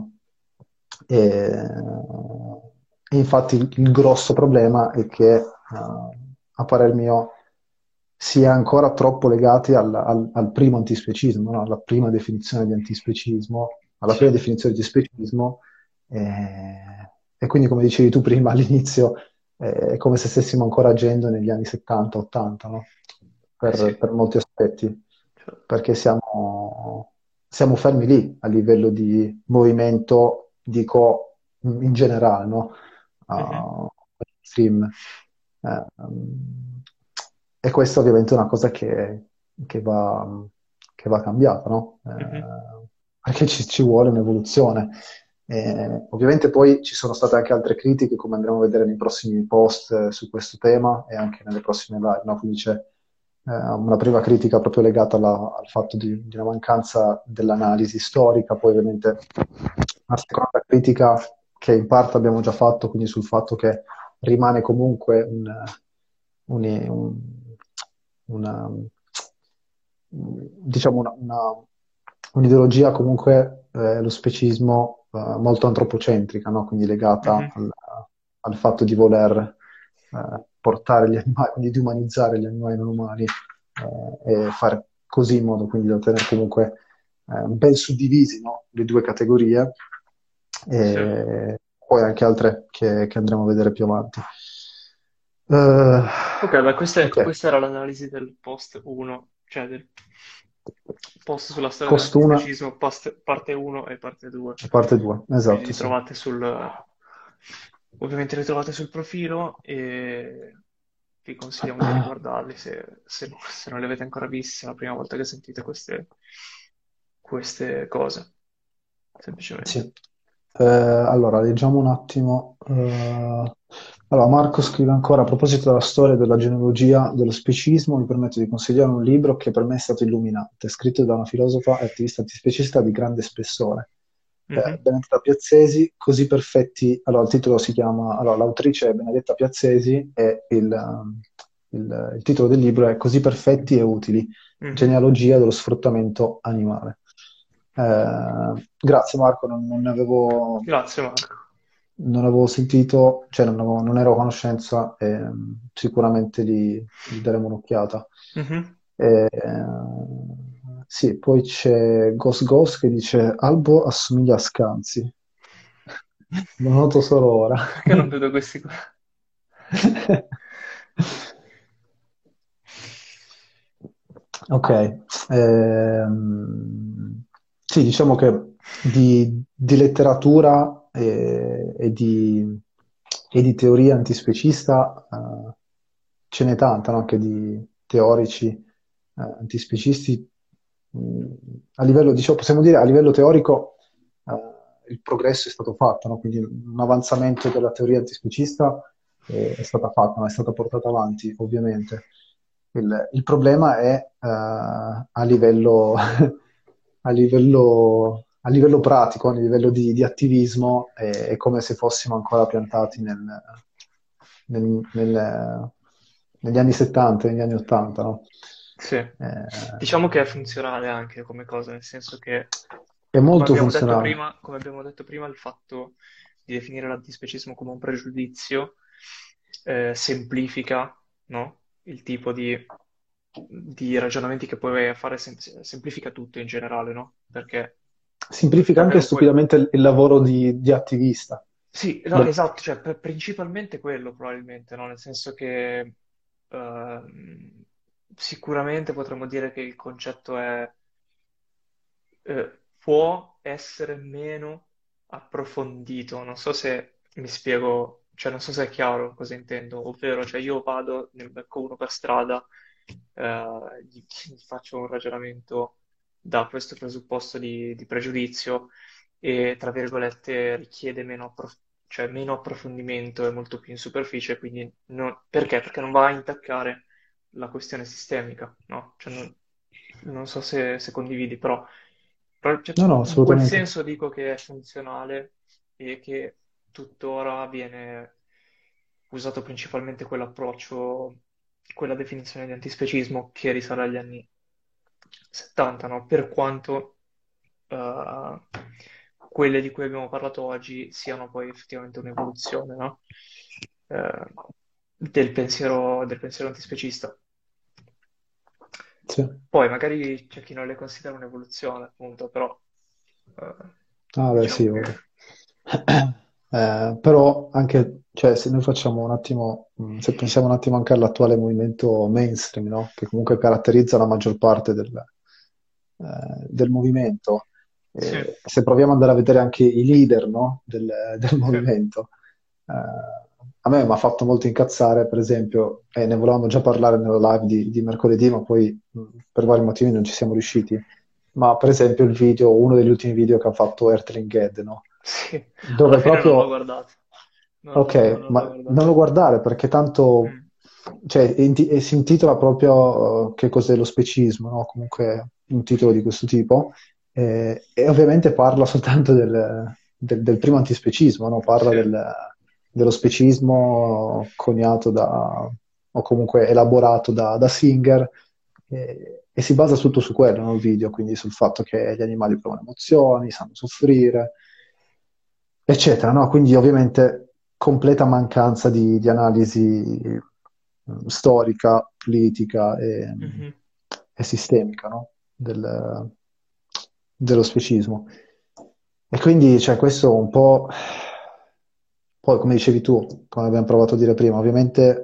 E infatti il grosso problema è che, a parer mio, si è ancora troppo legati al primo antispecismo, no? Alla prima definizione di antispecismo, alla prima Sì, definizione di specismo, e quindi, come dicevi tu prima all'inizio, è come se stessimo ancora agendo negli anni 70-80, no? sì, Per molti aspetti, certo. perché siamo fermi lì a livello di movimento, dico in generale, no? Mhm. Uh, Stream. Um, e questa ovviamente è una cosa che va, che va cambiata, no? Mhm. Perché ci vuole un'evoluzione. Ovviamente poi ci sono state anche altre critiche, come andremo a vedere nei prossimi post su questo tema e anche nelle prossime live, no? Quindi c'è una prima critica proprio legata al fatto di una mancanza dell'analisi storica, poi ovviamente una seconda critica che in parte abbiamo già fatto, quindi sul fatto che rimane comunque un- un- una, diciamo un'ideologia comunque, lo specismo, molto antropocentrica, no? Quindi legata Mhm. al fatto di voler portare gli animali, quindi di umanizzare gli animali non umani e fare così in modo quindi da ottenere comunque ben suddivisi, no? Le due categorie Sì. e poi anche altre che andremo a vedere più avanti. Eh, Ok, beh, ok, questa era l'analisi del post 1, cioè del post sulla storia costo 1 dell'antispecismo, parte 1 e parte 2. parte 2, Quindi esatto, li sì. trovate ovviamente li trovate sul profilo e vi consigliamo di riguardarli se non li avete ancora visti, se è la prima volta che sentite queste cose, semplicemente. Sì. Allora, leggiamo un attimo. Allora, Marco scrive ancora, a proposito della storia della genealogia dello specismo, mi permetto di consigliare un libro che per me è stato illuminante, scritto da una filosofa e attivista antispecista di grande spessore. Mhm. Benedetta Piazzesi, Così perfetti. Allora, il titolo si chiama. Allora, l'autrice è Benedetta Piazzesi e il titolo del libro è Così perfetti e utili, Mhm. genealogia dello sfruttamento animale. Grazie Marco, non ne avevo Grazie Marco. non avevo sentito, cioè non ero a conoscenza, sicuramente gli daremo un'occhiata. Mhm. Sì, poi c'è Ghost Ghost che dice Albo assomiglia a Scanzi. Lo noto solo ora. Perché non vedo questi qua? Ok, sì, diciamo che di letteratura e di teoria antispecista ce n'è tanta, no? Anche di teorici antispecisti. mh, A livello, diciamo, possiamo dire, a livello teorico il progresso è stato fatto, no? Quindi un avanzamento della teoria antispecista è stata fatta, ma è stata portata avanti, ovviamente. Il problema è a livello, a livello pratico, a livello di attivismo, è come se fossimo ancora piantati negli anni 70, negli anni 80, no? Sì, diciamo che è funzionale anche come cosa, nel senso che, È molto funzionale. come abbiamo detto prima, il fatto di definire l'antispecismo come un pregiudizio semplifica, no? Il tipo di ragionamenti che puoi fare, semplifica tutto in generale, no? Perché Semplifica anche davvero poi... stupidamente il lavoro di attivista. Sì, no, Del- esatto, cioè principalmente quello probabilmente, no? Nel senso che sicuramente potremmo dire che il concetto è può essere meno approfondito. Non so se mi spiego, cioè non so se è chiaro cosa intendo, ovvero cioè io vado, ne becco uno per strada, gli faccio un ragionamento da questo presupposto di pregiudizio e, tra virgolette, richiede cioè, meno approfondimento e molto più in superficie, quindi perché? Perché non va a intaccare la questione sistemica, no? Cioè, non so se condividi, cioè, No, no, in quel assolutamente. senso dico che è funzionale e che tuttora viene usato principalmente quell'approccio, quella definizione di antispecismo che risale agli anni 70, no? Per quanto eh, quelle di cui abbiamo parlato oggi siano poi effettivamente un'evoluzione, no? Eh, del pensiero antispecista. Sì. Poi magari c'è chi non le considera un'evoluzione, appunto, però Ah, beh, sì, diciamo che ovvio. Però anche, cioè, se noi facciamo un attimo, se pensiamo un attimo anche all'attuale movimento mainstream, no? Che comunque caratterizza la maggior parte del movimento, sì, se proviamo ad andare a vedere anche i leader, no? Del sì, movimento, a me mi ha fatto molto incazzare, per esempio, e ne volevamo già parlare nella live di mercoledì, ma poi per vari motivi non ci siamo riusciti. Ma per esempio il video, uno degli ultimi video che ha fatto Ertling, no? sì. Alla Dove fine non l'ho proprio, guardato. ok, Non l'ho ma guardato. non lo guardare perché tanto, Mm. cioè, e si intitola proprio che cos'è lo specismo, no? Comunque un titolo di questo tipo, e ovviamente parla soltanto del primo antispecismo, no? Parla Sì, dello specismo coniato o comunque elaborato da Singer, e si basa tutto su quello, no? Il video, quindi sul fatto che gli animali provano emozioni, sanno soffrire, eccetera, no? Quindi ovviamente completa mancanza di analisi storica, politica mhm. e sistemica, no? Dello specismo. E quindi, cioè, questo un po', poi come dicevi tu, come abbiamo provato a dire prima, ovviamente,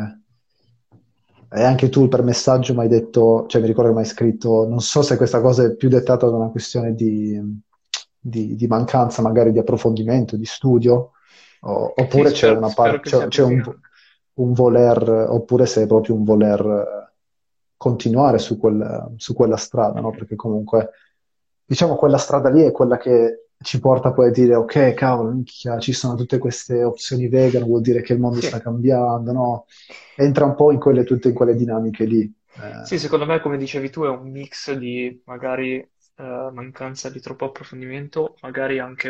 e anche tu per messaggio mi hai detto, cioè mi ricordo che mi hai scritto, non so se questa cosa è più dettata da una questione di mancanza magari di approfondimento, di studio, Sì, oppure c'è spero che sia c'è così anche. un voler, oppure se è proprio un voler continuare su quella strada, no? Mhm. Perché comunque, diciamo, quella strada lì è quella che ci porta poi a dire, ok, cavolo, minchia, ci sono tutte queste opzioni vegan, vuol dire che il mondo Sì. sta cambiando, no? Entra un po' in tutte in quelle dinamiche lì. Sì, secondo me, come dicevi tu, è un mix di magari mancanza di troppo approfondimento, magari anche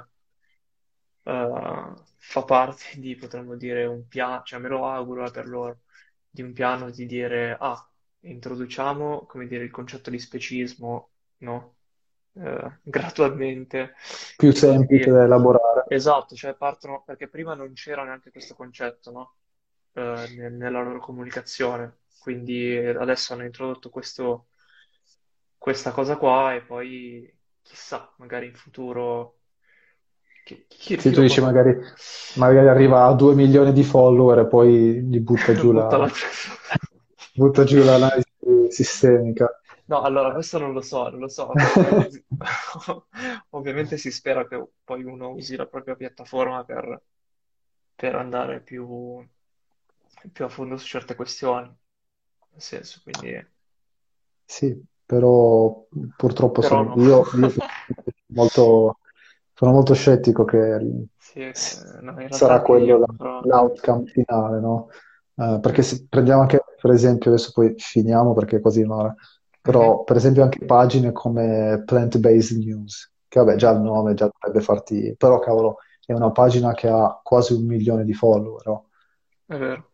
fa parte di, potremmo dire, un piano, cioè me lo auguro per loro, di un piano di dire, introduciamo, come dire, il concetto di specismo, no? gradualmente più e così. semplice da elaborare. Esatto, cioè partono perché prima non c'era neanche questo concetto, no? Nella loro comunicazione. Quindi adesso hanno introdotto questa cosa qua e poi chissà, magari in futuro Sì, chi tu lo può dici sapere? magari arriva a 2 milioni di follower e poi gli Butta la... butta giù l'analisi sistemica. No, allora, questo non lo so, non lo so, perché ovviamente si spera che poi uno usi la propria piattaforma per andare più a fondo su certe questioni, nel senso, quindi... Sì, però purtroppo Però no. io molto, sono molto scettico che Sì, no, in realtà sarà anche quello io, però... l'outcome finale, no? Perché Mm, se prendiamo anche, per esempio, adesso poi finiamo perché così un'ora, mhm, però per esempio anche pagine come Plant-Based News, che vabbè già il mhm, nome già dovrebbe farti, però cavolo, è una pagina che ha quasi 1 milione di follower, no? è vero.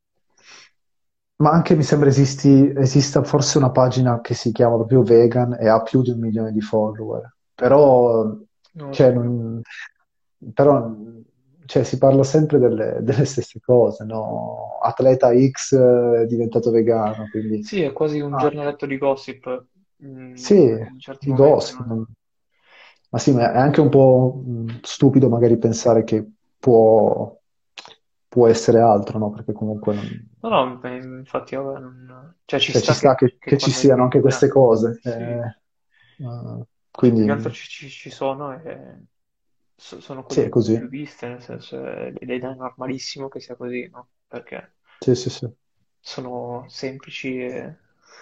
Ma anche mi sembra esista forse una pagina che si chiama proprio Vegan e ha più di 1 milione di follower. Però, Non lo cioè, so. però, cioè, si parla sempre delle stesse cose, no? Atleta X è diventato vegano, quindi... Sì, è quasi un Ah, giornaletto di gossip, sì, in certi di momenti, gossip. no? Ma sì, ma è anche un po' stupido magari pensare che può essere altro, no? Perché comunque non... No, no, beh, infatti, vabbè, cioè ci Cioè, ci sta sta che che ci quando siano anche queste cose. sì, cioè più che altro Quindi, ci sono e sono sì, così è un po' così. più viste, nel senso, ed è normalissimo che sia così, no? Perché Sì, sì, sì. sono semplici e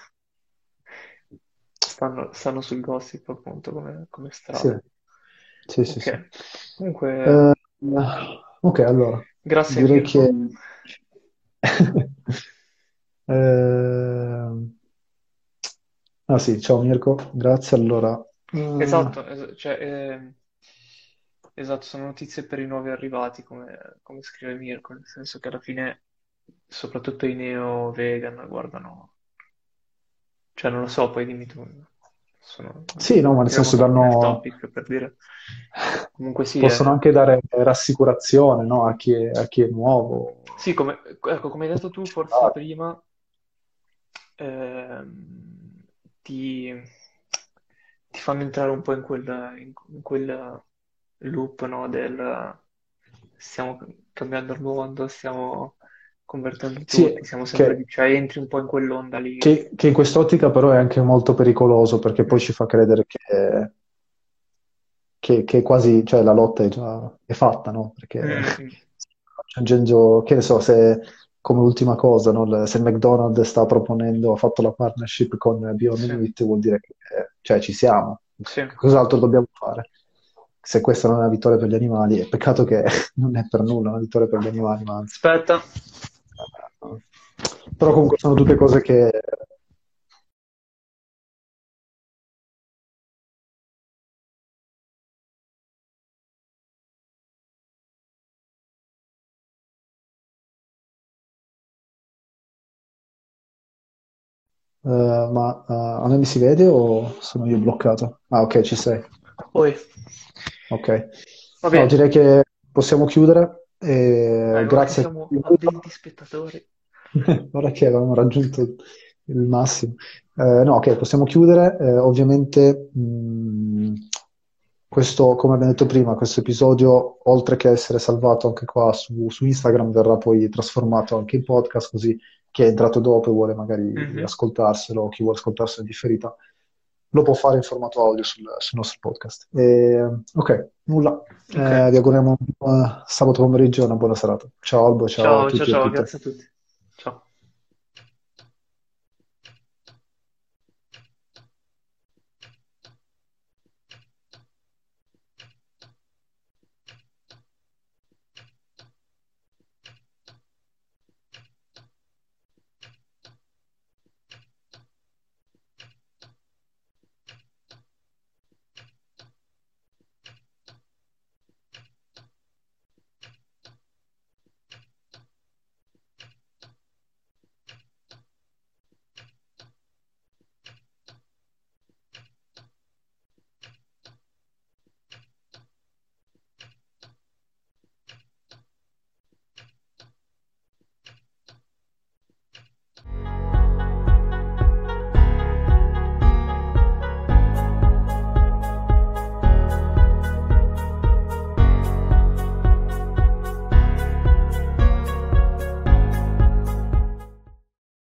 stanno sul gossip, appunto, come Sì, strada. sì, sì, sì. Ok, comunque, Eh, ok, allora, grazie direi che... Mirko. Eh, ah sì, ciao Mirko, grazie. Allora, Esatto, cioè, esatto, sono notizie per i nuovi arrivati, come scrive Mirko, nel senso che alla fine, soprattutto i neo-vegan, guardano, cioè non lo so, poi dimmi tu, sì, no, ma nel entriamo senso troppo nel danno... topic per dire, comunque sì, Possono anche dare rassicurazione, no, a chi è nuovo. sì, ecco, come hai detto tu forse Ah, prima, ehm, ti fanno entrare un po' in quel loop, no, del stiamo cambiando il mondo, stiamo convertendo sì, tutti, siamo sempre che, di, cioè entri un po' in quell'onda lì. che in quest'ottica però è anche molto pericoloso perché poi Mm, ci fa credere che quasi, cioè la lotta è già è fatta, no? mm, Perché mm, mm. aggiungendo, che ne so, se come ultima cosa, no? Se McDonald's sta proponendo, ha fatto la partnership con Beyond Sì, Meat, vuol dire che cioè, ci siamo. sì. Che cos'altro dobbiamo fare? Se questa non è una vittoria per gli animali, è peccato che non è per nulla una vittoria per gli animali, ma anzi. Aspetta. Però comunque sono tutte cose che ma a me mi si vede o sono io bloccato? Ah, ok, ci sei. Poi, Ok. va No, bene. direi che possiamo chiudere. Ora che Grazie a siamo tutti. a 20 spettatori. Ora che avevamo raggiunto il massimo. No, ok, possiamo chiudere. Ovviamente, questo, come abbiamo detto prima, questo episodio, oltre che essere salvato anche qua su Instagram, verrà poi trasformato anche in podcast, così chi è entrato dopo e vuole magari Mhm. ascoltarselo, o chi vuole ascoltarselo in differita, lo può fare in formato audio sul nostro podcast. Ok, nulla. Ok. Vi auguriamo un buon sabato pomeriggio e una buona serata. Ciao Albo, ciao a Ciao, ciao, tutti e a ciao, tutte. grazie a tutti.